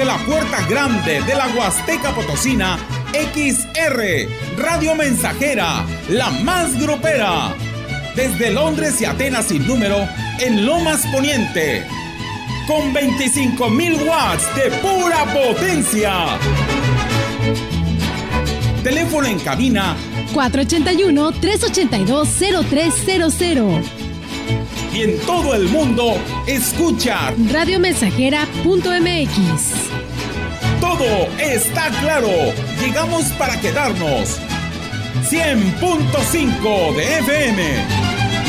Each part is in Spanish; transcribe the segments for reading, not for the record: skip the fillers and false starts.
desde la puerta grande de la Huasteca Potosina, XR, Radio Mensajera, la más grupera. Desde Londres y Atenas sin número, en Lomas Poniente. Con 25,000 watts de pura potencia. Teléfono en cabina 481-382-0300. Y en todo el mundo, escucha radiomensajera.mx. Todo está claro. Llegamos para quedarnos. 100.5 de FM.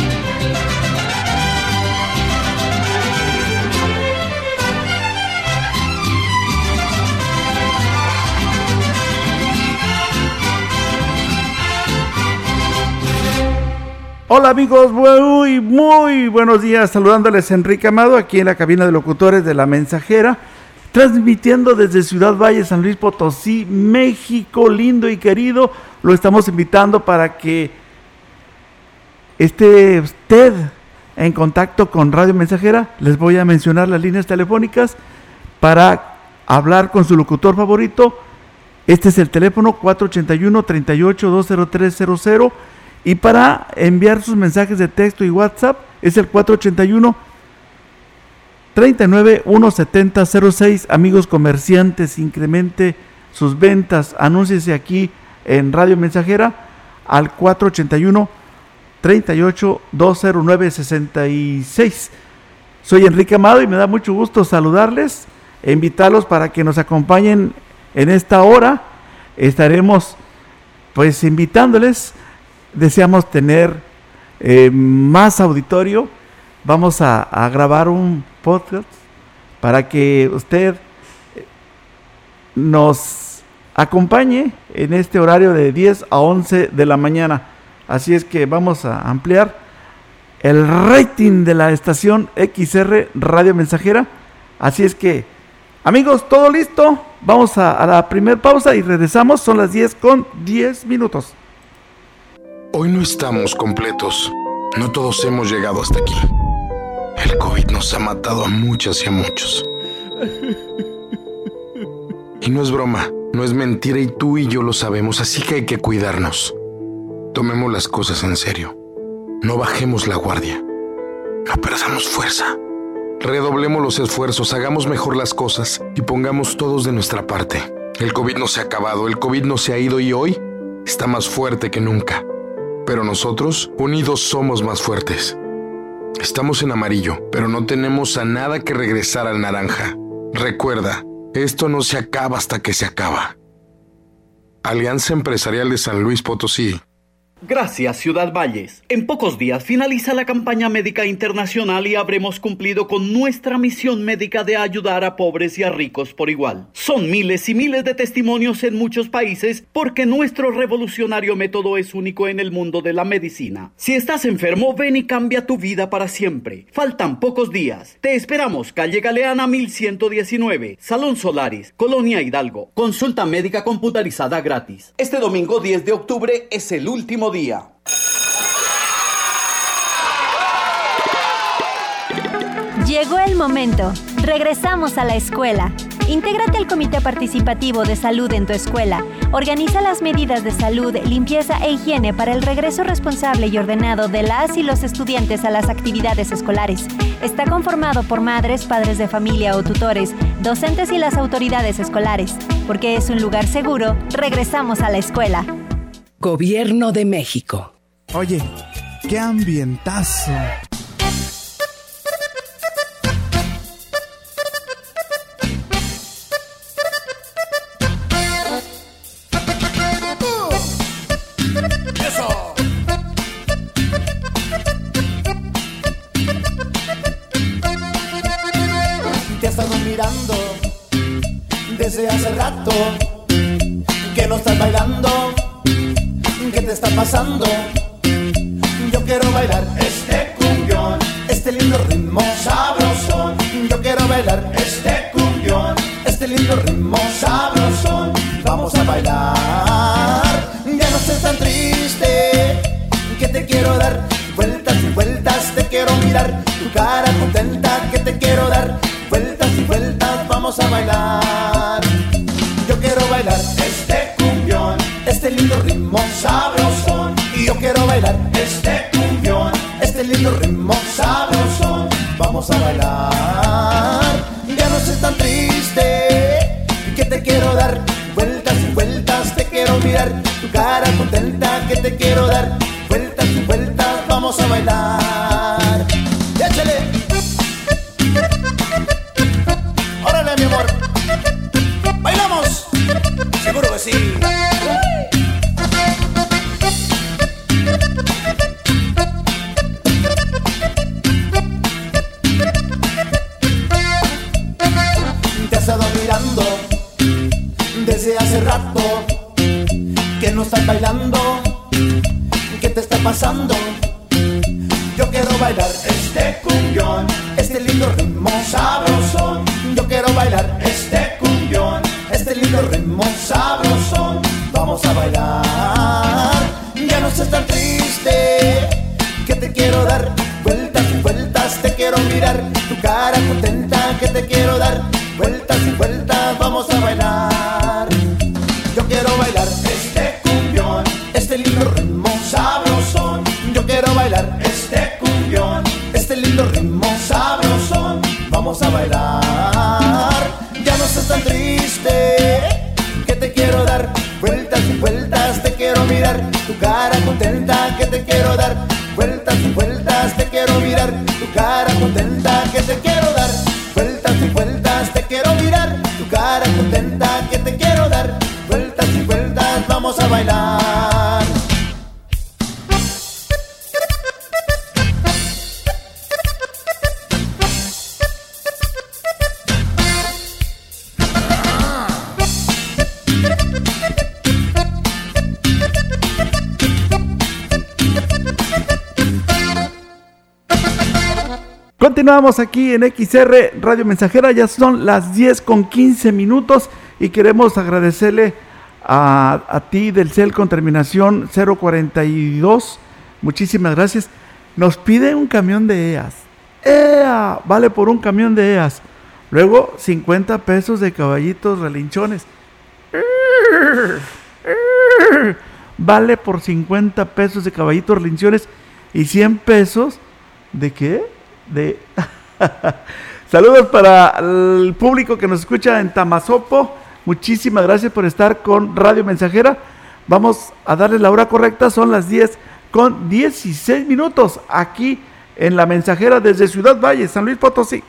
Hola amigos, muy buenos días, saludándoles Enrique Amado aquí en la cabina de locutores de La Mensajera, transmitiendo desde Ciudad Valle, San Luis Potosí, México, lindo y querido. Lo estamos invitando para que esté usted en contacto con Radio Mensajera. Les voy a mencionar las líneas telefónicas para hablar con su locutor favorito. Este es el teléfono 481-38-20300. Y para enviar sus mensajes de texto y WhatsApp es el 481-39-17006. Amigos comerciantes, incremente sus ventas, anúnciese aquí en Radio Mensajera al 481-38-209-66. Soy Enrique Amado y me da mucho gusto saludarles e invitarlos para que nos acompañen en esta hora. Estaremos pues invitándoles. Deseamos tener más auditorio. Vamos a grabar un podcast para que usted nos acompañe en este horario de 10 a 11 de la mañana. Así es que vamos a ampliar el rating de la estación XR Radio Mensajera. Así es que, amigos, todo listo. Vamos a la primer pausa y regresamos. Son las 10:10. Hoy no estamos completos. No todos hemos llegado hasta aquí. El COVID nos ha matado a muchas y a muchos. Y no es broma, no es mentira y tú y yo lo sabemos, así que hay que cuidarnos. Tomemos las cosas en serio. No bajemos la guardia. No perdamos fuerza. Redoblemos los esfuerzos, hagamos mejor las cosas y pongamos todos de nuestra parte. El COVID no se ha acabado, el COVID no se ha ido y hoy está más fuerte que nunca. Pero nosotros, unidos, somos más fuertes. Estamos en amarillo, pero no tenemos a nada que regresar al naranja. Recuerda, esto no se acaba hasta que se acaba. Alianza Empresarial de San Luis Potosí. Gracias, Ciudad Valles. En pocos días finaliza la campaña médica internacional y habremos cumplido con nuestra misión médica de ayudar a pobres y a ricos por igual. Son miles y miles de testimonios en muchos países porque nuestro revolucionario método es único en el mundo de la medicina. Si estás enfermo, ven y cambia tu vida para siempre. Faltan pocos días. Te esperamos, calle Galeana 1119, Salón Solaris, Colonia Hidalgo. Consulta médica computarizada gratis. Este domingo 10 de octubre es el último día. Llegó el momento. Regresamos a la escuela. Intégrate al Comité Participativo de Salud en tu escuela. Organiza las medidas de salud, limpieza e higiene para el regreso responsable y ordenado de las y los estudiantes a las actividades escolares. Está conformado por madres, padres de familia o tutores, docentes y las autoridades escolares. Porque es un lugar seguro, regresamos a la escuela. Gobierno de México. Oye, qué ambientazo. Eso. Te he estado mirando desde hace rato, que no estás bailando. ¿Qué te está pasando? Yo quiero bailar este cumbión, este lindo ritmo sabrosón. Yo quiero bailar este cumbión, este lindo ritmo sabrosón. Vamos a bailar, ya no estés tan triste, que te quiero dar vueltas y vueltas, te quiero mirar, tu cara contenta, que te quiero dar vueltas y vueltas, vamos a bailar. vamos a bailar. Ya no estés tan triste, que te quiero dar vueltas y vueltas, te quiero mirar tu cara contenta, que te quiero dar vueltas y vueltas, vamos a bailar. ¡Échale! ¡Órale, mi amor! ¡Bailamos! ¡Seguro que sí! Te has estado mirando desde hace rato, que no estás bailando, ¿qué te está pasando? Yo quiero bailar este cumbión, este lindo ritmo sabrosón. Yo quiero bailar este cumbión, este lindo ritmo sabrosón. Vamos a bailar, ya no estés tan triste, que te quiero dar vueltas y vueltas, te quiero mirar tu cara contenta, que te quiero dar vueltas y vueltas, vamos a bailar. Yo quiero bailar este cumbión, este lindo ritmo sabrosón. Yo quiero bailar este cumbión, este lindo ritmo sabrosón. Vamos a bailar. Ya no estés tan triste, que te quiero dar vueltas y vueltas, te quiero mirar tu cara contenta, que te quiero dar vueltas y vueltas, te quiero mirar tu cara contenta, que te quiero dar vueltas y vueltas, te quiero mirar tu cara contenta, que te quiero dar vueltas y vueltas, vamos a bailar. Continuamos aquí en XR Radio Mensajera, ya son las 10:15 y queremos agradecerle a ti del CEL con terminación 042, muchísimas gracias. Nos pide un camión de EAS, vale por un camión de EAS, luego 50 pesos de caballitos relinchones, vale por 50 pesos de caballitos relinchones y 100 pesos de ¿qué? Saludos para el público que nos escucha en Tamazopo. Muchísimas gracias por estar con Radio Mensajera. Vamos a darles la hora correcta, son las 10:16 aquí en La Mensajera desde Ciudad Valle, San Luis Potosí.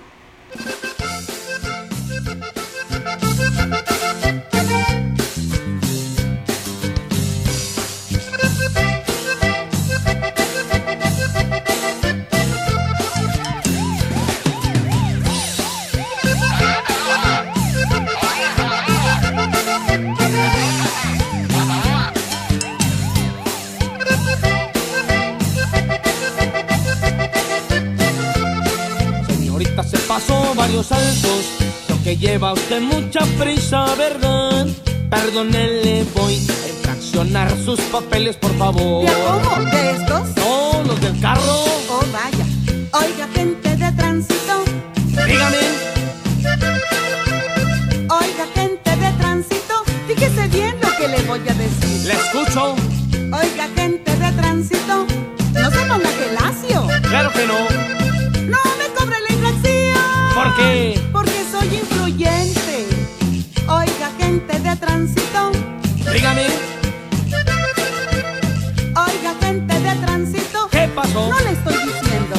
Varios saltos, creo que lleva usted mucha prisa, ¿verdad? Perdónele, voy a infraccionar sus papeles, por favor. ¿De cómo? ¿De estos? No, los del carro. Oh, vaya. Oiga, gente de tránsito. Dígame. Oiga, gente de tránsito, fíjese bien lo que le voy a decir. Le escucho. Oiga, gente de tránsito, no se ponga gelacio. Claro que no. No me cobre la infracción. ¿Por qué? Porque soy influyente. Oiga, gente de tránsito. Dígame. Oiga, gente de tránsito. ¿Qué pasó? No le estoy diciendo.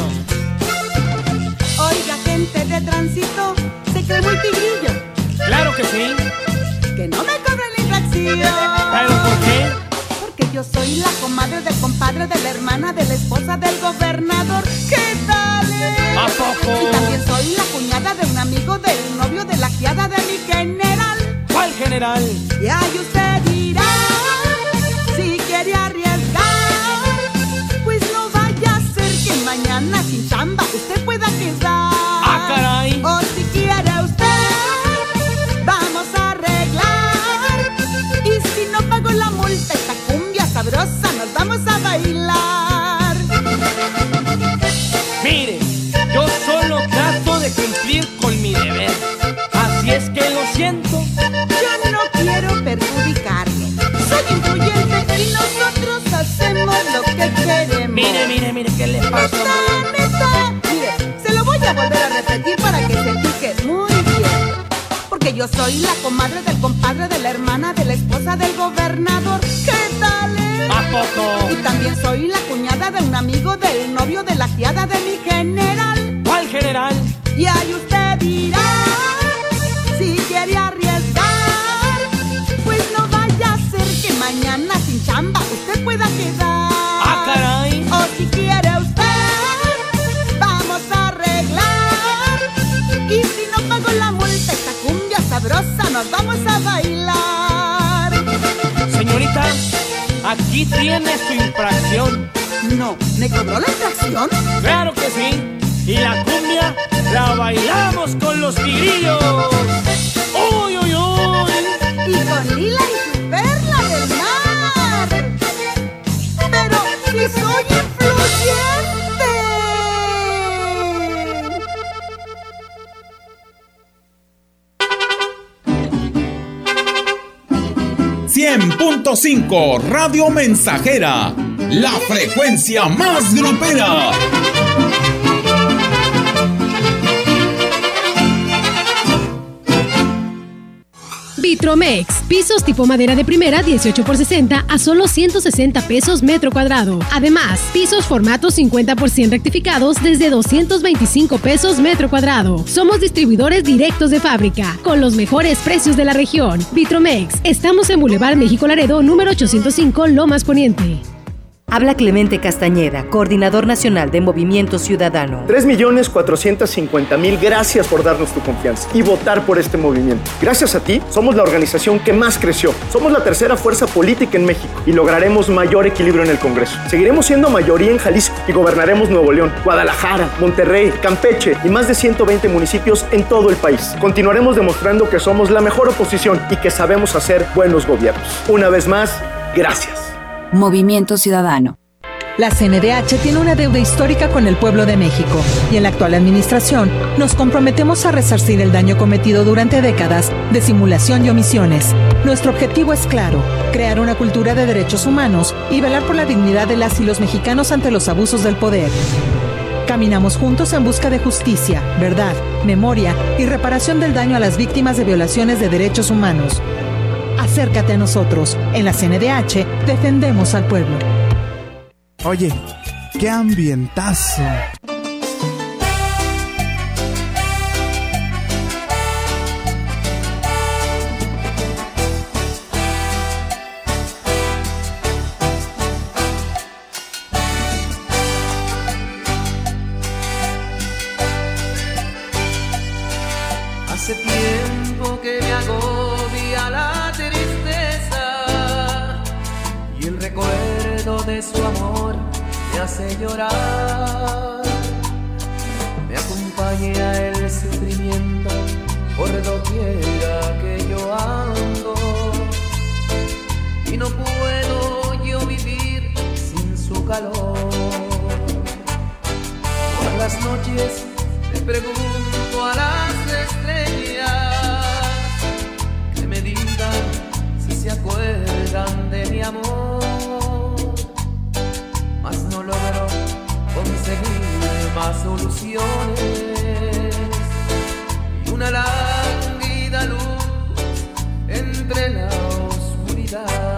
Oiga, gente de tránsito, se cree muy tigrillo. Claro que sí. Que no me cobre la infracción. ¿Pero por qué? Porque yo soy la comadre del compadre de la hermana de la esposa del gobernador. ¿Qué tal? ¿A poco? Y también soy la cuñada de un amigo del novio de la criada de mi general. ¿Cuál general? Y ahí usted dirá, si quiere arriesgar, pues no vaya a ser que mañana sin chamba usted pueda quedar. ¡Ah, caray! O si quiere usted, vamos a arreglar. Y si no pago la multa, esta cumbia sabrosa nos vamos a bailar. Mire, yo solo trato de cumplir con mi deber. Así es que lo siento. Yo no quiero perjudicarlo. Soy influyente y nosotros hacemos lo que queremos. Mire, ¿qué le pasa? Mire, se lo voy a volver yo soy la comadre del compadre de la hermana de la esposa del gobernador. ¿Qué tal? ¿A poco? Y también soy la cuñada de un amigo del novio de la criada de mi general. ¿Cuál general? Y ahí usted dirá, si quiere arriesgar, pues no vaya a ser que mañana sin chamba usted pueda quedar. ¡Ah, caray! O si quiere usted, vamos a arreglar. Y si no pago la multa, esta cumbia sabrosa nos vamos a bailar. Señorita, aquí tiene su infracción. No, ¿me cobró la infracción? ¡Claro que sí! Y la cumbia la bailamos con los tigrillos. ¡Uy, uy, uy! Y con Lila y su perla del mar. Pero si soy influyente. 100.5 Radio Mensajera, la frecuencia más grupera. Vitromex, pisos tipo madera de primera 18x60 a solo 160 pesos metro cuadrado. Además, pisos formato 50% rectificados desde 225 pesos metro cuadrado. Somos distribuidores directos de fábrica, con los mejores precios de la región. Vitromex, estamos en Boulevard México Laredo, número 805, Lomas Poniente. Habla Clemente Castañeda, coordinador nacional de Movimiento Ciudadano. 3,450,000 gracias por darnos tu confianza y votar por este movimiento. Gracias a ti, somos la organización que más creció. Somos la tercera fuerza política en México y lograremos mayor equilibrio en el Congreso. Seguiremos siendo mayoría en Jalisco y gobernaremos Nuevo León, Guadalajara, Monterrey, Campeche y más de 120 municipios en todo el país. Continuaremos demostrando que somos la mejor oposición y que sabemos hacer buenos gobiernos. Una vez más, gracias. Movimiento Ciudadano. La CNDH tiene una deuda histórica con el pueblo de México y en la actual administración nos comprometemos a resarcir el daño cometido durante décadas de simulación y omisiones. Nuestro objetivo es claro: crear una cultura de derechos humanos y velar por la dignidad de las y los mexicanos ante los abusos del poder. Caminamos juntos en busca de justicia, verdad, memoria y reparación del daño a las víctimas de violaciones de derechos humanos. Acércate a nosotros. En la CNDH defendemos al pueblo. Oye, qué ambientazo. Hace tiempo que me agobia la tristeza y el recuerdo de su amor me hace llorar. Me acompaña el sufrimiento por doquiera que yo ando y no puedo yo vivir sin su calor. Por las noches le pregunto a las estrellas que me digan si se acuerdan de mi amor, mas no logro conseguir más soluciones y una lánguida luz entre la oscuridad.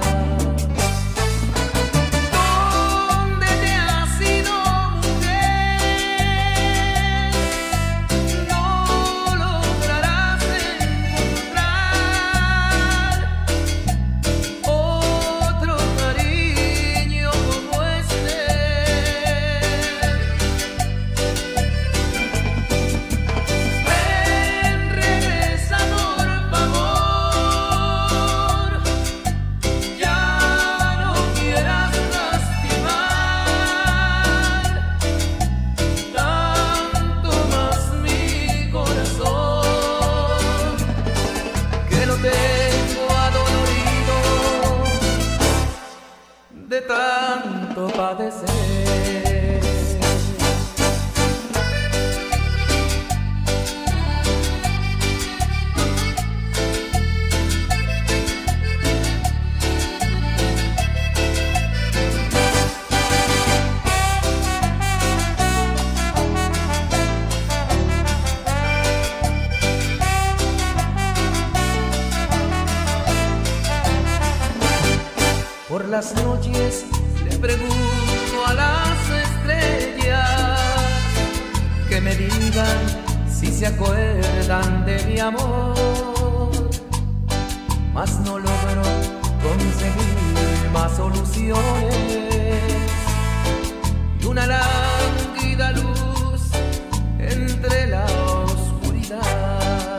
De tanto padecer. las noches le pregunto a las estrellas que me digan si se acuerdan de mi amor, mas no logro conseguir más soluciones y una lánguida luz entre la oscuridad.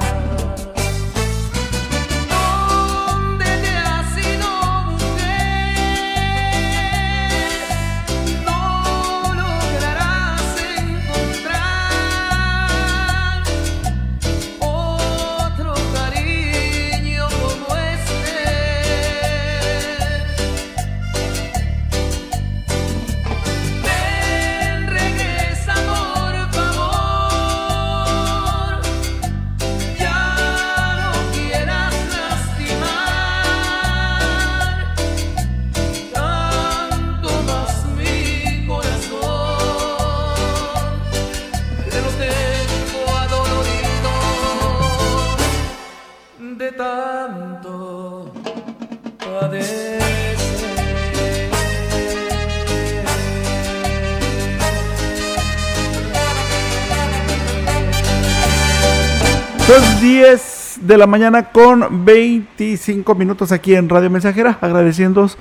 Son 10 de la mañana con 25 minutos aquí en Radio Mensajera, agradecidos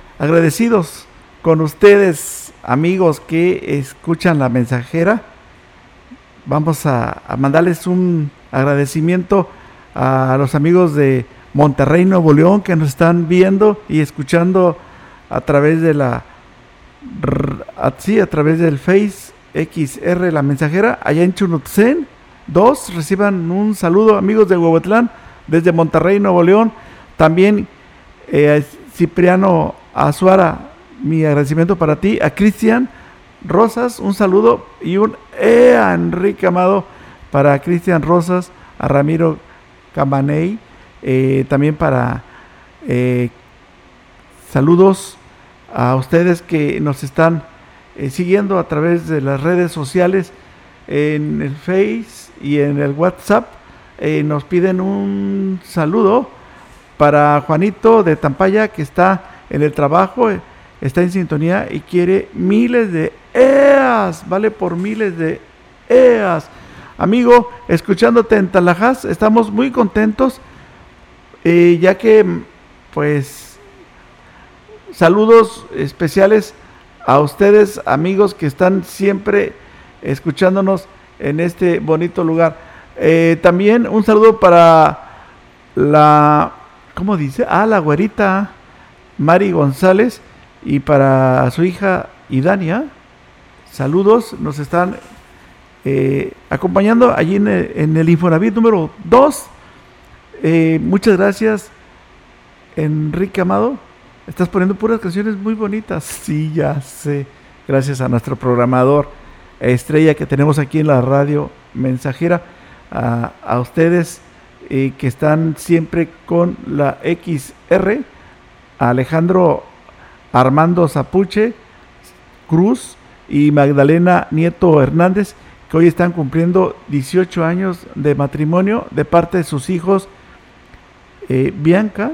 con ustedes, amigos que escuchan La Mensajera. Vamos a mandarles un agradecimiento a los amigos de Monterrey, Nuevo León, que nos están viendo y escuchando a través de a través del Face XR La Mensajera, allá en Chunutzen 2, reciban un saludo, amigos de Huehuetlán, desde Monterrey, Nuevo León. También Cipriano Azuara, mi agradecimiento para ti. A Cristian Rosas, un saludo y un a Enrique Amado para Cristian Rosas, a Ramiro Camaney, también para saludos a ustedes que nos están siguiendo a través de las redes sociales, en el Face y en el WhatsApp. Nos piden un saludo para Juanito de Tampaya, que está en el trabajo, está en sintonía y quiere miles de EAS, vale por miles de EAS. Amigo, escuchándote en Talajás, estamos muy contentos, ya que pues saludos especiales a ustedes, amigos que están siempre escuchándonos en este bonito lugar. También un saludo para la güerita Mari González y para su hija Idania. Saludos, nos están acompañando allí en el Infonavit número 2. Muchas gracias, Enrique Amado. Estás poniendo puras canciones muy bonitas. Sí, ya sé. Gracias a nuestro programador estrella que tenemos aquí en la Radio Mensajera, a ustedes que están siempre con la XR, a Alejandro Armando Zapuche Cruz y Magdalena Nieto Hernández, que hoy están cumpliendo 18 años de matrimonio, de parte de sus hijos Bianca,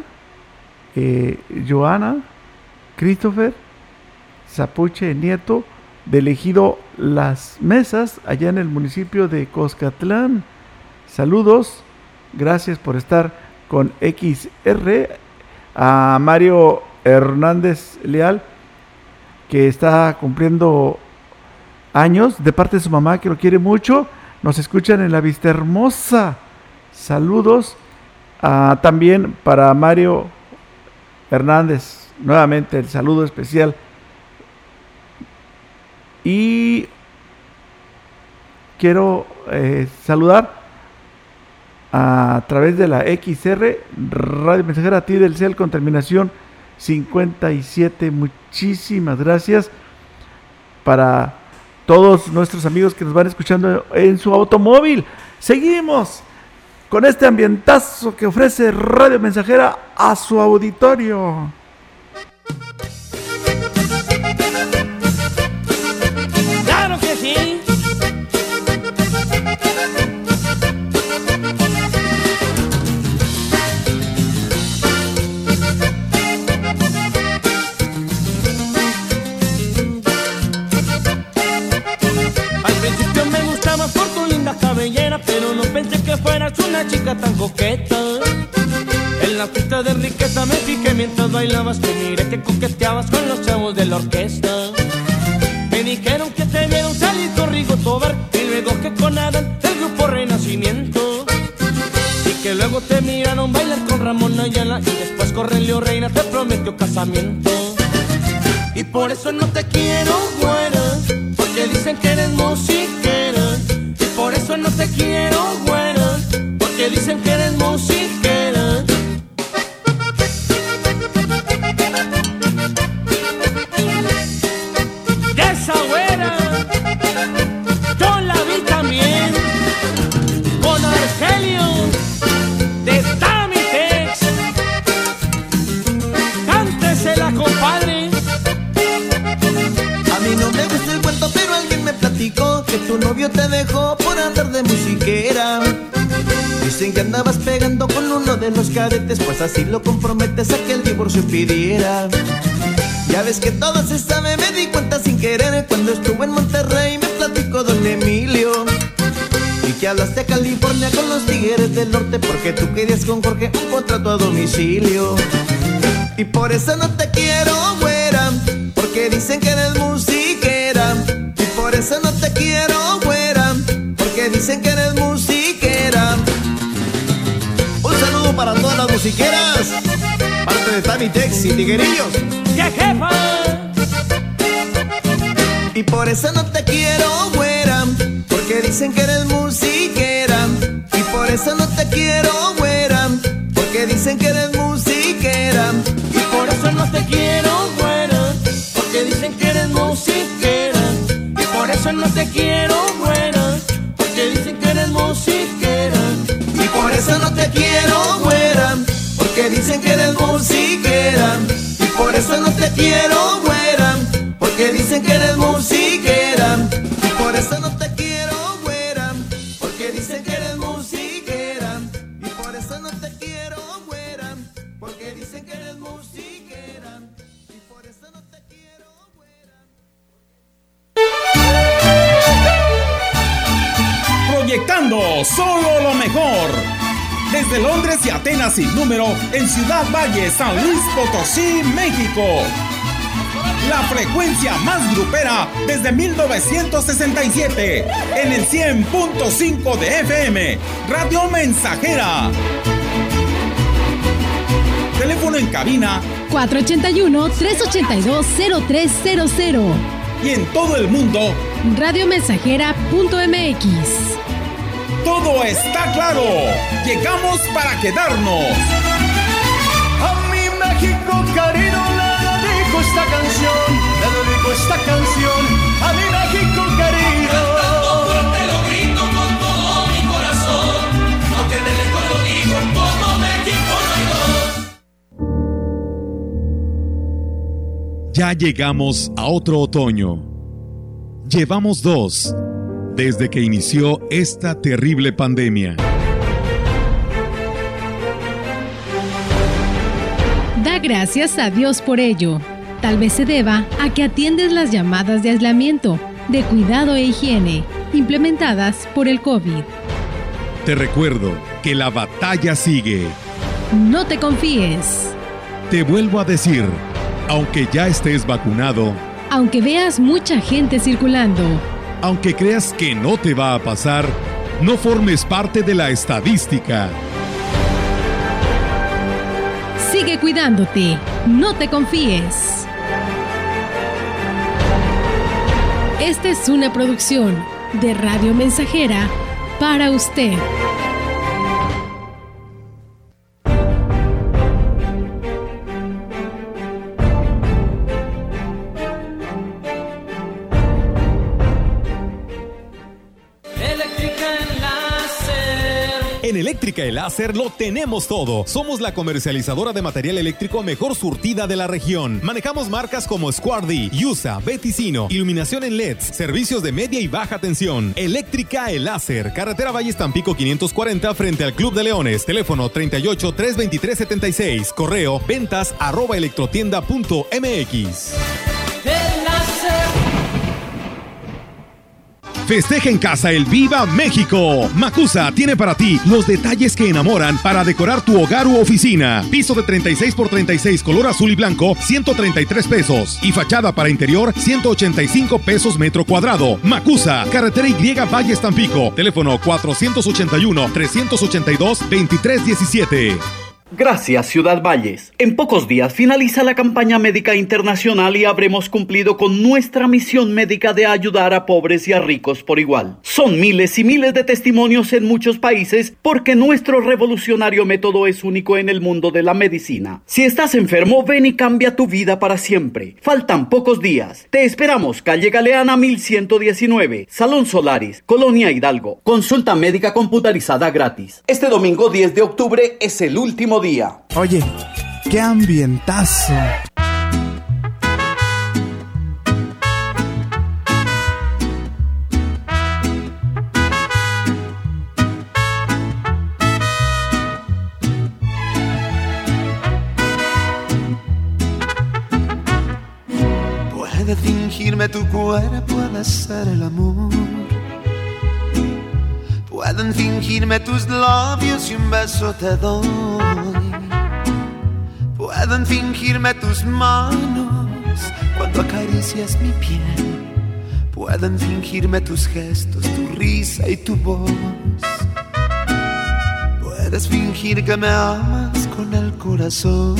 Joana, Christopher Zapuche Nieto, del ejido Las Mesas, allá en el municipio de Coscatlán. Saludos, gracias por estar con XR. A Mario Hernández Leal, que está cumpliendo años, de parte de su mamá, que lo quiere mucho. Nos escuchan en la Vista Hermosa. Saludos. También para Mario Hernández, nuevamente el saludo especial. Y quiero saludar a través de la XR Radio Mensajera, a ti del CEL con terminación 57. Muchísimas gracias para todos nuestros amigos que nos van escuchando en su automóvil. Seguimos con este ambientazo que ofrece Radio Mensajera a su auditorio. ¡Claro que sí! una chica tan coqueta. En la pista de Enriqueta me fijé mientras bailabas, que miré que coqueteabas con los chavos de la orquesta. Me dijeron que te vieron salir con Rigo Tobar y luego que con Adán del grupo Renacimiento, y que luego te miraron bailar con Ramón Ayala y después Cornelio Reina te prometió casamiento. Y por eso no te quiero, güera, porque dicen que eres musiquera. Y por eso no te quiero, güera, porque dicen que eres musiquera. Esa güera yo la vi también con Argelio de Tamitex. Cántesela, compadre. A mí no me gusta el cuento, pero alguien me platicó que tu novio te dejó por andar de musiquera. Dicen que andabas pegando con uno de los cadetes, pues así lo comprometes a que el divorcio pidiera. Ya ves que todo se sabe, me di cuenta sin querer cuando estuve en Monterrey, me platicó don Emilio. Y que hablaste a California con los Tigres del Norte porque tú querías con Jorge un contrato a domicilio. Y por eso no te quiero, güera, porque dicen que eres musiquera. Y por eso no te quiero, güera, porque dicen que eres musiquera. Un saludo para todas las musiqueras, parte de Tamitex y Tiguerillos. ¡Qué jefa! Y por eso no te quiero, güera, porque dicen que eres musiquera. Y por eso no te quiero, güera, porque dicen que eres musiquera. Y por eso no te quiero, güera, porque dicen que eres musiquera. Y por eso no te quiero, güera, porque dicen que eres musiquera. Y por eso no te quiero, güera, porque dicen que eres musiquera. Y por eso no te quiero, güera, porque dicen que eres musiquera. Y por eso no te quiero, güera, porque dicen que eres musiquera. Y por eso no te quiero, güera, porque dicen que eres musiquera. Y por eso no te quiero, güera. Proyectando solo lo mejor. Desde Londres y Atenas sin número, en Ciudad Valle, San Luis Potosí, México. La frecuencia más grupera desde 1967, en el 100.5 de FM, Radio Mensajera. Teléfono en cabina 481-382-0300. Y en todo el mundo, radiomensajera.mx. Todo está claro. Llegamos para quedarnos. A mi México querido le dedico esta canción. Le dedico esta canción a mi México querido. Cantando fuerte lo grito con todo mi corazón. Aunque de lejos lo digo, como México no hay dos. Ya llegamos a otro otoño. Llevamos 2 desde que inició esta terrible pandemia. Da gracias a Dios por ello. Tal vez se deba a que atiendes las llamadas de aislamiento, de cuidado e higiene, implementadas por el COVID. Te recuerdo que la batalla sigue. No te confíes. Te vuelvo a decir, aunque ya estés vacunado, aunque veas mucha gente circulando, aunque creas que no te va a pasar, no formes parte de la estadística. Sigue cuidándote, no te confíes. Esta es una producción de Radio Mensajera para usted. En Eléctrica El Láser lo tenemos todo. Somos la comercializadora de material eléctrico mejor surtida de la región. Manejamos marcas como Squardi, USA, Beticino, iluminación en LEDs, servicios de media y baja tensión. Eléctrica El Láser, carretera Valles Tampico 540 frente al Club de Leones. Teléfono 38 323 76. Correo ventas@electrotienda.mx. Festeja en casa el Viva México. Macusa tiene para ti los detalles que enamoran para decorar tu hogar u oficina. Piso de 36 por 36 color azul y blanco, 133 pesos. Y fachada para interior, 185 pesos metro cuadrado. Macusa, carretera Y Valles Tampico. Teléfono 481-382-2317. Gracias, Ciudad Valles. En pocos días finaliza la campaña médica internacional y habremos cumplido con nuestra misión médica de ayudar a pobres y a ricos por igual. Son miles y miles de testimonios en muchos países porque nuestro revolucionario método es único en el mundo de la medicina. Si estás enfermo, ven y cambia tu vida para siempre. Faltan pocos días. Te esperamos, calle Galeana 1119, Salón Solaris, Colonia Hidalgo. Consulta médica computarizada gratis. Este domingo 10 de octubre es el último día. Oye, qué ambientazo. Puedes fingirme tu cuerpo al hacer el amor. Pueden fingirme tus labios y un beso te doy. Pueden fingirme tus manos cuando acaricias mi piel. Pueden fingirme tus gestos, tu risa y tu voz. Puedes fingir que me amas con el corazón.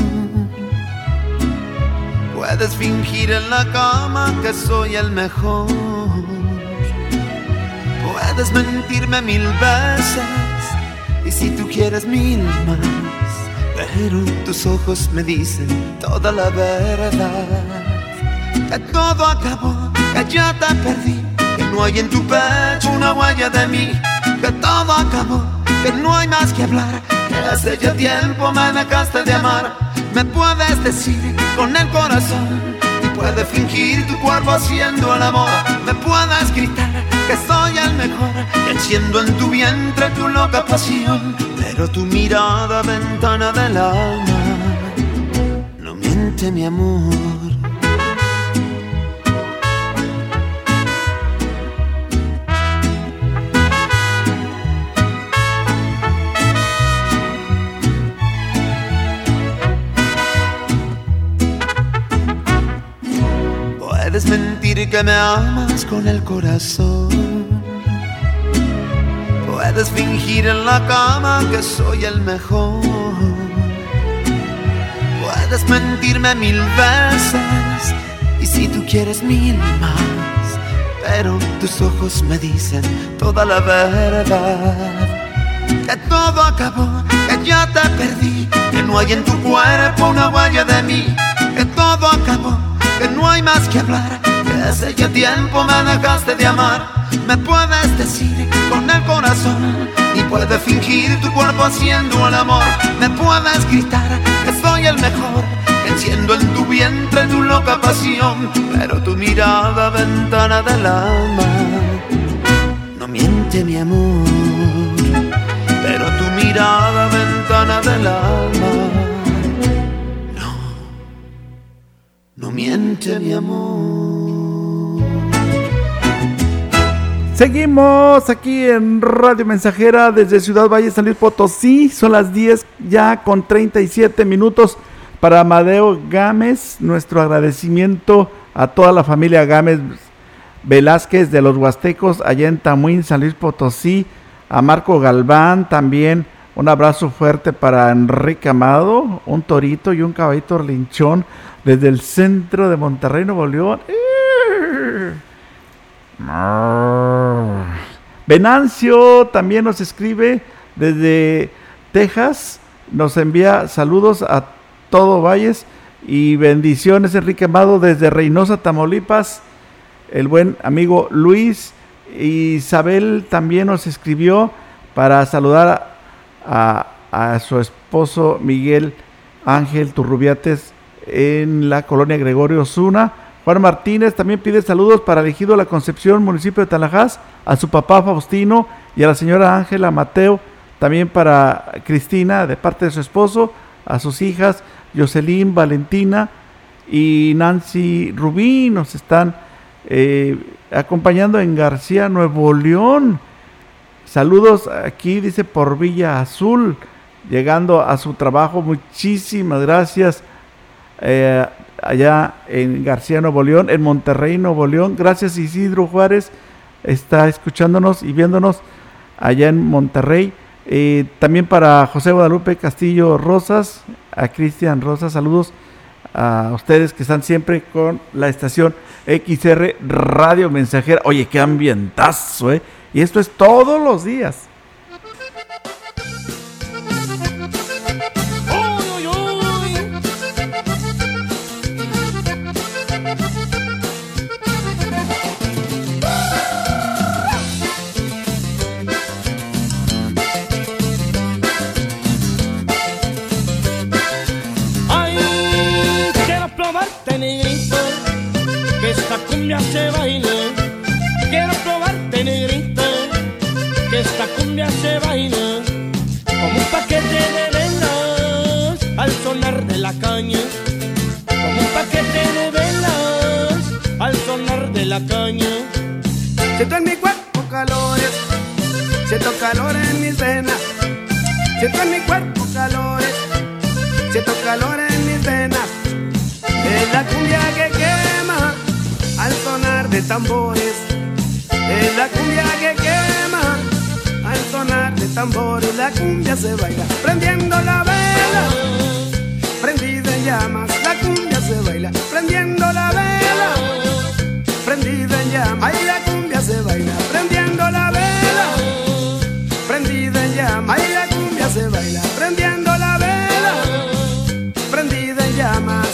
Puedes fingir en la cama que soy el mejor. Puedes mentirme 1000 veces y si tú quieres 1000 más, pero tus ojos me dicen toda la verdad. Que todo acabó, que ya te perdí, que no hay en tu pecho una huella de mí. Que todo acabó, que no hay más que hablar, que hace ya tiempo me dejaste de amar. Me puedes decir con el corazón y puedes fingir tu cuerpo haciendo el amor. Me puedes gritar que soy el mejor, que enciendo en tu vientre tu loca pasión. Pero tu mirada, ventana del alma, no miente mi amor. Puedes mentir que me amas con el corazón. Puedes fingir en la cama que soy el mejor. Puedes mentirme 1000 veces y si tú quieres 1000 más, pero tus ojos me dicen toda la verdad. Que todo acabó, que ya te perdí, que no hay en tu cuerpo una huella de mí. Que todo acabó, que no hay más que hablar, que hace ya tiempo me dejaste de amar. Me puedes decir con el corazón y puedes fingir tu cuerpo haciendo el amor. Me puedes gritar que soy el mejor, que enciendo en tu vientre tu loca pasión. Pero tu mirada, ventana del alma, no miente mi amor. Pero tu mirada, ventana del alma, no miente mi amor. Seguimos aquí en Radio Mensajera desde Ciudad Valles, San Luis Potosí. Son las 10 ya con 37 minutos. Para Amadeo Gámez, nuestro agradecimiento a toda la familia Gámez Velázquez de los Huastecos allá en Tamuín, San Luis Potosí. A Marco Galván también un abrazo fuerte para Enrique Amado, un torito y un caballito relinchón desde el centro de Monterrey, Nuevo León. Venancio también nos escribe desde Texas, nos envía saludos a todo Valles y bendiciones. Enrique Amado desde Reynosa, Tamaulipas. El buen amigo Luis Isabel también nos escribió para saludar a su esposo Miguel Ángel Turrubiates en la colonia Gregorio Osuna. Juan Martínez también pide saludos para el ejido La Concepción, municipio de Tanajás, a su papá Faustino y a la señora Ángela Mateo, también para Cristina de parte de su esposo, a sus hijas Jocelyn, Valentina y Nancy Rubí. Nos están acompañando en García, Nuevo León. Saludos aquí, dice, por Villa Azul, llegando a su trabajo. Muchísimas gracias. Allá en García, Nuevo León, en Monterrey, Nuevo León. Gracias, Isidro Juárez, está escuchándonos y viéndonos allá en Monterrey. También para José Guadalupe Castillo Rosas, a Cristian Rosas, saludos a ustedes que están siempre con la estación XR Radio Mensajera. Oye, qué ambientazo, y esto es todos los días. Se baila, quiero probarte, negrita, que esta cumbia se baila como un paquete de velas al sonar de la caña, como un paquete de velas al sonar de la caña. Siento en mi cuerpo calores, siento calor en mis venas, siento en mi cuerpo calores, siento calor en mis venas. Es la cumbia que quema al sonar de tambores, es la cumbia que quema al sonar de tambores. La cumbia se baila prendiendo la vela, prendida en llamas. La cumbia se baila prendiendo la vela, prendida en llamas. Ay, la cumbia se baila prendiendo la vela, prendida en llamas. Ay, la cumbia se baila prendiendo la vela, prendida en llamas.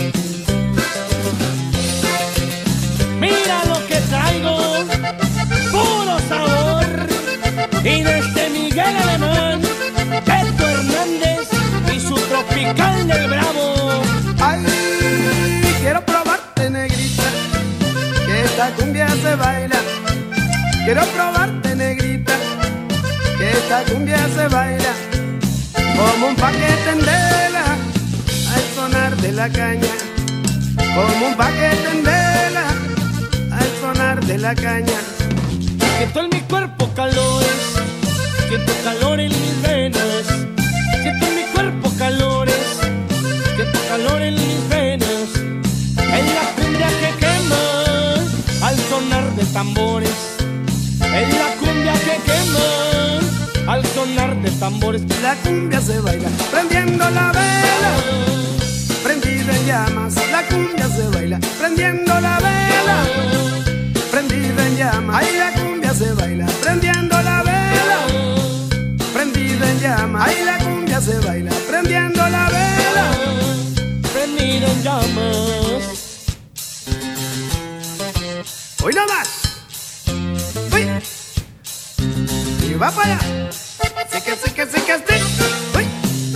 Mira lo que traigo, puro sabor. Y desde Miguel Alemán, Beto Hernández y su tropical del Bravo. Ay, quiero probarte, negrita, que esta cumbia se baila. Quiero probarte, negrita, que esta cumbia se baila como un paquete en vela al sonar de la caña, como un paquete en vela al sonar de la caña. Siento en mi cuerpo calores, siento calor en mis venas, siento en mi cuerpo calores, siento calor en mis venas. Es la cumbia que quema al sonar de tambores, es la cumbia que quema al sonar de tambores. La cumbia se baila prendiendo la vela, prendida en llamas. La cumbia se baila prendiendo la vela, prendida en llamas. Ay, la cumbia se baila prendiendo la vela, prendida en llamas. Ay, la cumbia se baila prendiendo la vela, prendida en llamas. Hoy no más. Uy. Y va para allá. Sí que sí. Uy.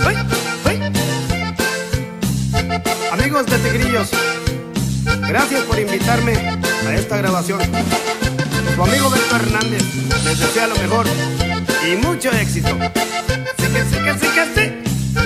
Amigos de Tigrillos, gracias por invitarme a esta grabación. Tu amigo Beto Hernández les desea lo mejor y mucho éxito. Sí que.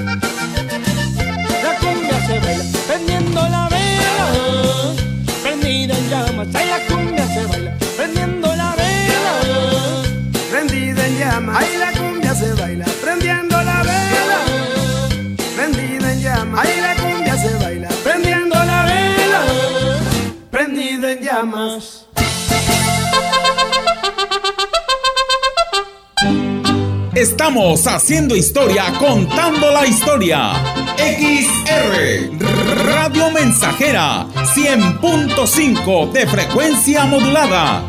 La cumbia se baila prendiendo la vela, prendida en llamas. Ay, la cumbia se baila prendiendo la vela, prendida en llamas. Ay, la cumbia se baila prendiendo la vela, prendida en llamas. Ay, la cumbia se baila prendiendo la vela, prendida en llamas. Estamos haciendo historia, contando la historia. XR Radio Mensajera 100.5 de frecuencia modulada.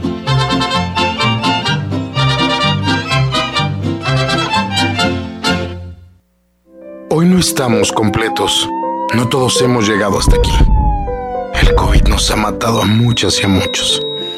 Hoy no estamos completos. No todos hemos llegado hasta aquí. El COVID nos ha matado a muchas y a muchos.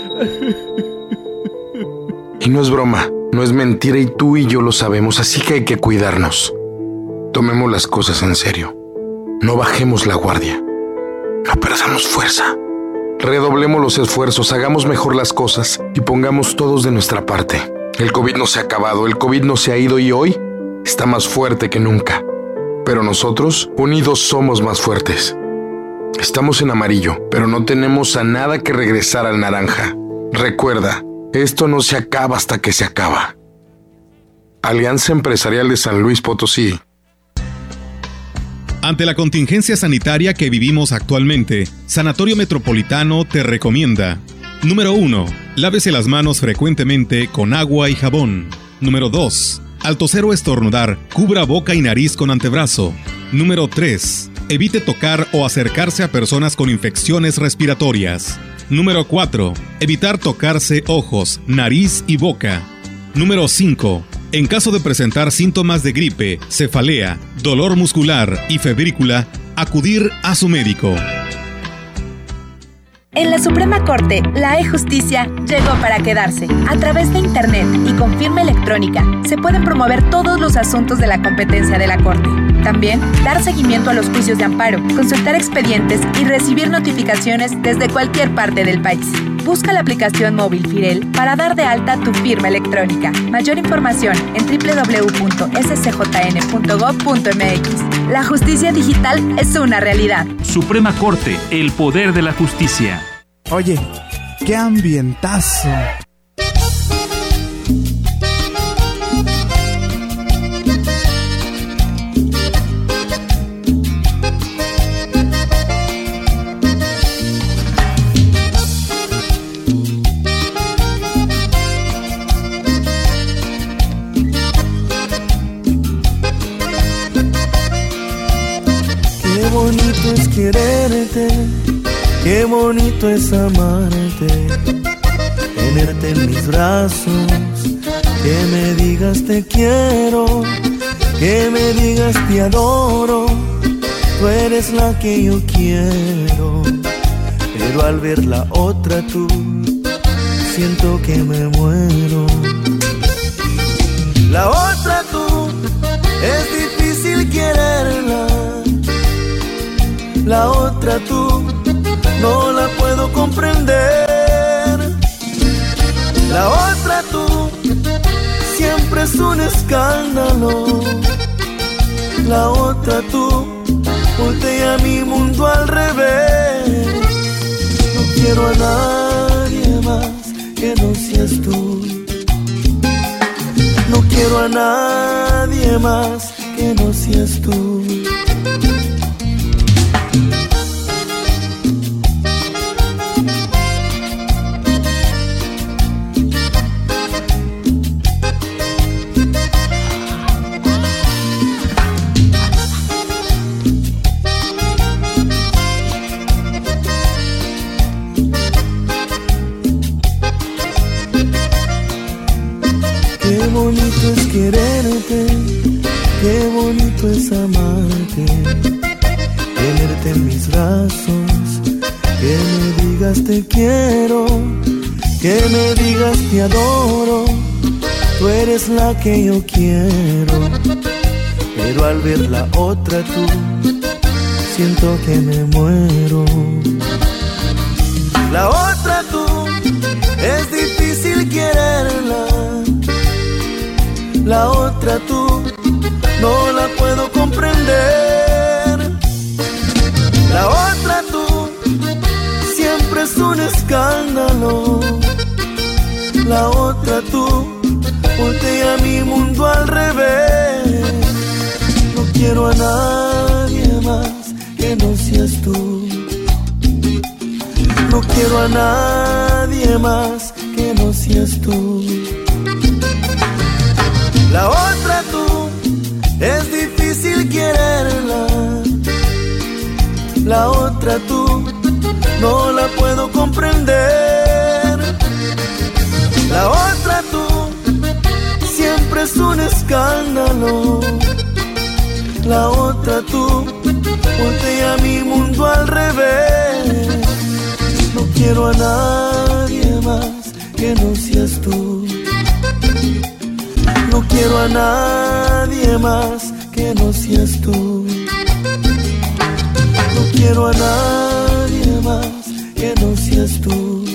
Y no es broma, no es mentira, y tú y yo lo sabemos, así que hay que cuidarnos. Tomemos las cosas en serio. No bajemos la guardia. No perdamos fuerza. Redoblemos los esfuerzos, hagamos mejor las cosas y pongamos todos de nuestra parte. El COVID no se ha acabado, el COVID no se ha ido y hoy está más fuerte que nunca. Pero nosotros, unidos, somos más fuertes. Estamos en amarillo, pero no tenemos a nada que regresar al naranja. Recuerda, esto no se acaba hasta que se acaba. Alianza Empresarial de San Luis Potosí. Ante la contingencia sanitaria que vivimos actualmente, Sanatorio Metropolitano te recomienda: número 1. Lávese las manos frecuentemente con agua y jabón. Número 2. Al toser o estornudar, cubra boca y nariz con antebrazo. Número 3. Evite tocar o acercarse a personas con infecciones respiratorias. Número 4. Evitar tocarse ojos, nariz y boca. Número 5. En caso de presentar síntomas de gripe, cefalea, dolor muscular y febrícula, acudir a su médico. En la Suprema Corte, la e-Justicia llegó para quedarse. A través de Internet y con firma electrónica, se pueden promover todos los asuntos de la competencia de la Corte. También, dar seguimiento a los juicios de amparo, consultar expedientes y recibir notificaciones desde cualquier parte del país. Busca la aplicación móvil Firel para dar de alta tu firma electrónica. Mayor información en www.scjn.gov.mx. La justicia digital es una realidad. Suprema Corte, el poder de la justicia. Oye, qué ambientazo. Qué bonito es quererte, qué bonito es amarte, tenerte en mis brazos, que me digas te quiero, que me digas te adoro, tú eres la que yo quiero, pero al ver la otra tú, siento que me muero. La otra tú, es difícil quererla. La otra tú, no la puedo comprender. La otra tú, siempre es un escándalo. La otra tú, voltea mi mundo al revés. No quiero a nadie más que no seas tú. No quiero a nadie más que no seas tú. Qué bonito es quererte, qué bonito es amarte, tenerte en mis brazos, que me digas te quiero, que me digas te adoro, tú eres la que yo quiero, pero al ver la otra tú, siento que me muero. La otra tú, es difícil quererla. La otra tú, no la puedo comprender. La otra tú, siempre es un escándalo. La otra tú, voltea mi mundo al revés. No quiero a nadie más que no seas tú. No quiero a nadie más que no seas tú. La otra tú, es difícil quererla. La otra tú, no la puedo comprender. La otra tú, siempre es un escándalo. La otra tú, voltea mi mundo al revés. No quiero a nadie más que no seas tú. No quiero a nadie más que no seas tú. No quiero a nadie más que no seas tú.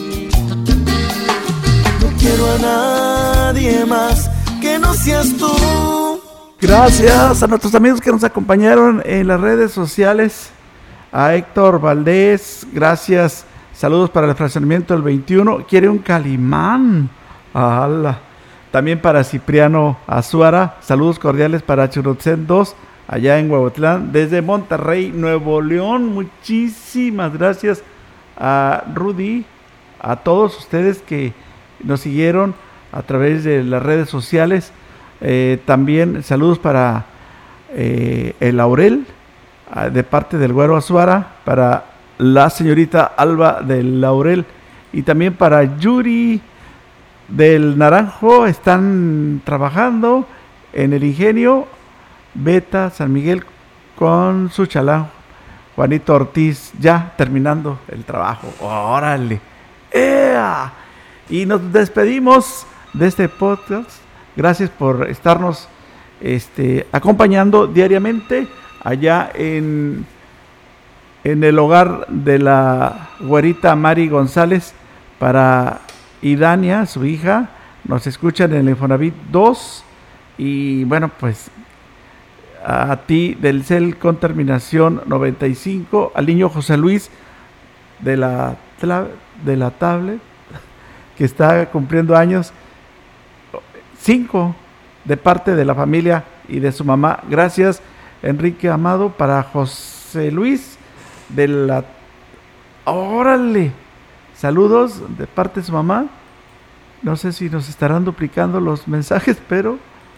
No quiero a nadie más que no seas tú. Gracias a nuestros amigos que nos acompañaron en las redes sociales. A Héctor Valdés, gracias. Saludos para el fraccionamiento del 21. Quiere un Calimán. ¡Hala! También para Cipriano Azuara. Saludos cordiales para Churutzen 2, allá en Huehuetlán, desde Monterrey, Nuevo León. Muchísimas gracias a Rudy, a todos ustedes que nos siguieron a través de las redes sociales. También saludos para el Laurel, de parte del Güero Azuara, para la señorita Alba del Laurel, y también para Yuri del Naranjo. Están trabajando en el Ingenio Beta San Miguel con su chalán Juanito Ortiz, ya terminando el trabajo. ¡Órale! ¡Ea! Y nos despedimos de este podcast. Gracias por estarnos acompañando diariamente allá en el hogar de la güerita Mari González, para Idania, su hija. Nos escuchan en el Infonavit 2. Y bueno, pues a ti del cel con terminación 95, al niño José Luis de la tablet, que está cumpliendo años 5, de parte de la familia y de su mamá. Gracias, Enrique Amado. Para José Luis de la... ¡Órale! Saludos de parte de su mamá. No sé si nos estarán duplicando los mensajes, pero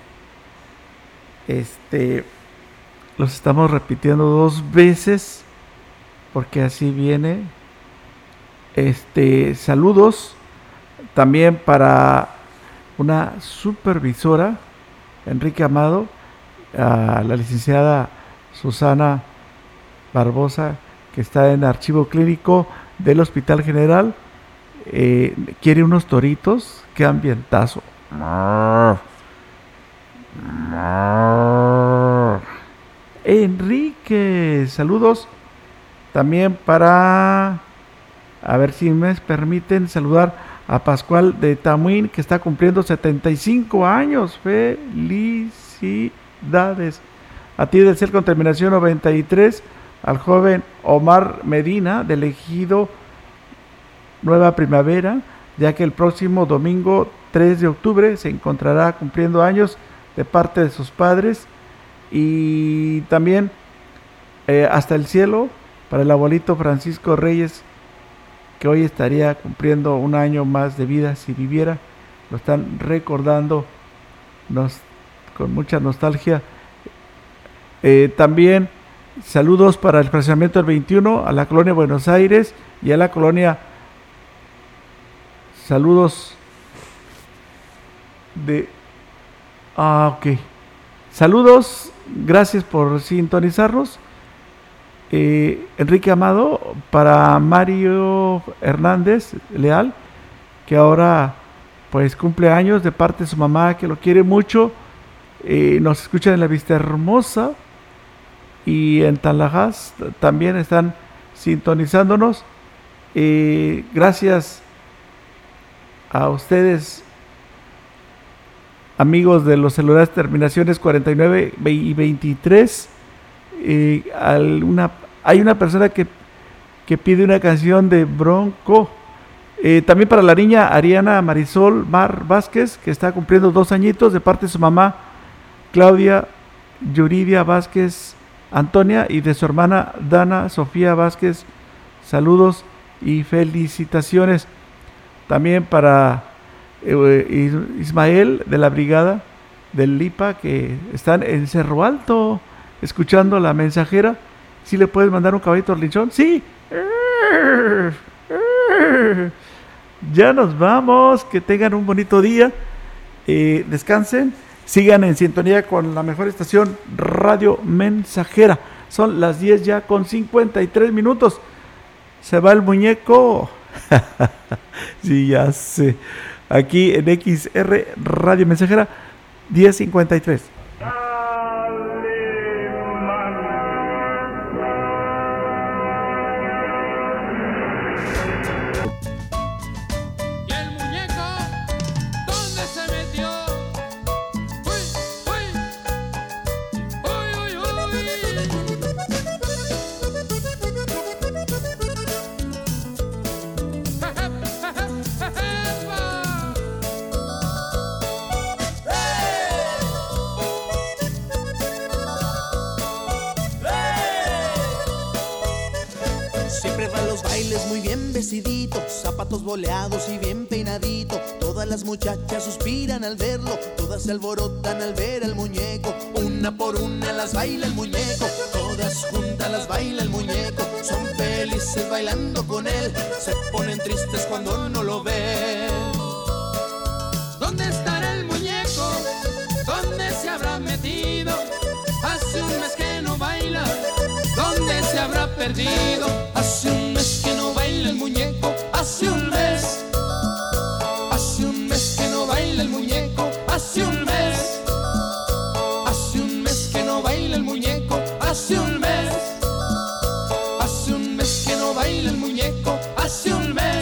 los estamos repitiendo 2 veces porque así viene. Saludos también para una supervisora, Enrique Amado, a la licenciada Susana Barbosa, que está en archivo clínico del Hospital General. Quiere unos toritos. ¡Qué ambientazo! Enrique, saludos también para, a ver si me permiten saludar a Pascual de Tamuín, que está cumpliendo 75 años. Felicidades. A ti del CEL con terminación 93, al joven Omar Medina del Ejido Nueva Primavera, ya que el próximo domingo 3 de octubre se encontrará cumpliendo años, de parte de sus padres. Y también hasta el cielo para el abuelito Francisco Reyes, que hoy estaría cumpliendo un año más de vida si viviera. Lo están recordando con mucha nostalgia. También saludos para el fraccionamiento del 21, a la colonia Buenos Aires y a la colonia. Saludos de... ok. Saludos, gracias por sintonizarnos. Enrique Amado, para Mario Hernández Leal, que ahora pues cumple años, de parte de su mamá, que lo quiere mucho. Nos escuchan en la Vista Hermosa y en Tanlajas también están sintonizándonos. Gracias a ustedes, amigos de los celulares terminaciones 49 y 23. Hay una persona que pide una canción de Bronco. También para la niña Ariana Marisol Mar Vázquez, que está cumpliendo 2 añitos, de parte de su mamá Claudia Yuridia Vázquez Antonia, y de su hermana Dana Sofía Vázquez. Saludos y felicitaciones. También para Ismael de la brigada del Lipa, que están en Cerro Alto escuchando La Mensajera. ¿Sí le puedes mandar un caballito orlinchón? ¡Sí! Ya nos vamos. Que tengan un bonito día. Descansen. Sigan en sintonía con la mejor estación, Radio Mensajera. Son las 10 ya con 53 minutos. Se va el muñeco. Sí, ya sé. Aquí en XR Radio Mensajera 10:53. bailes muy bien vestidito, zapatos boleados y bien peinadito. Todas las muchachas suspiran al verlo, todas se alborotan al ver al muñeco. Una por una las baila el muñeco, todas juntas las baila el muñeco. Son felices bailando con él, se ponen tristes cuando no lo ven. ¿Dónde estará el muñeco? ¿Dónde se habrá metido? Hace un mes que no baila. ¿Dónde se habrá perdido? Hace un mes que no baila el muñeco. Hace un mes. Hace un mes que no baila el muñeco. Hace un mes. Hace un mes que no baila el muñeco. Hace un mes. Hace un mes que no baila el muñeco. Hace un mes.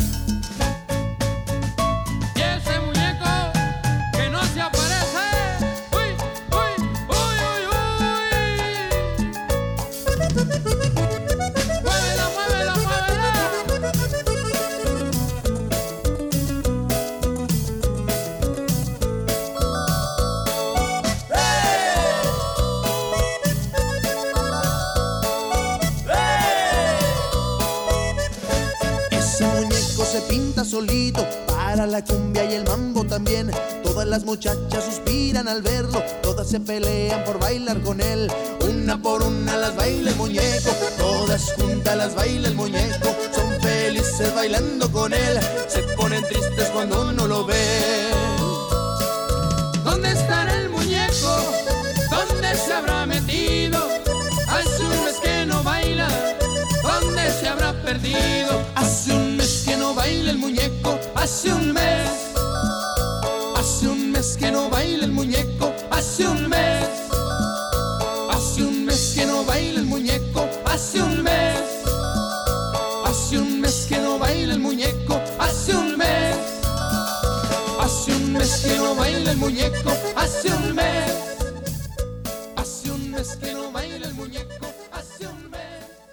Solito para la cumbia y el mambo también. Todas las muchachas suspiran al verlo, todas se pelean por bailar con él. Una por una las baila el muñeco, todas juntas las baila el muñeco. Son felices bailando con él, se ponen tristes cuando uno lo ve. ¿Dónde estará el muñeco? ¿Dónde se habrá metido? Hace un mes que no baila. ¿Dónde se habrá perdido? Hace un mes que no baila el muñeco. Hace un mes. Hace un mes que no baila el muñeco. Hace un mes. Hace un mes que no baila el muñeco. Hace un mes. Hace un mes que no baila el muñeco. Hace un mes. Hace un mes que no baila el muñeco. Hace un mes. Hace un mes que no baila el muñeco. Hace un mes.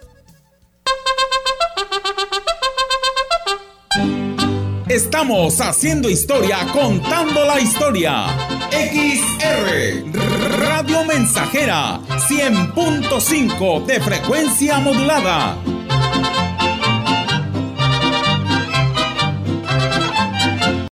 Estamos haciendo historia, contando la historia. XR Radio Mensajera 100.5 de frecuencia modulada.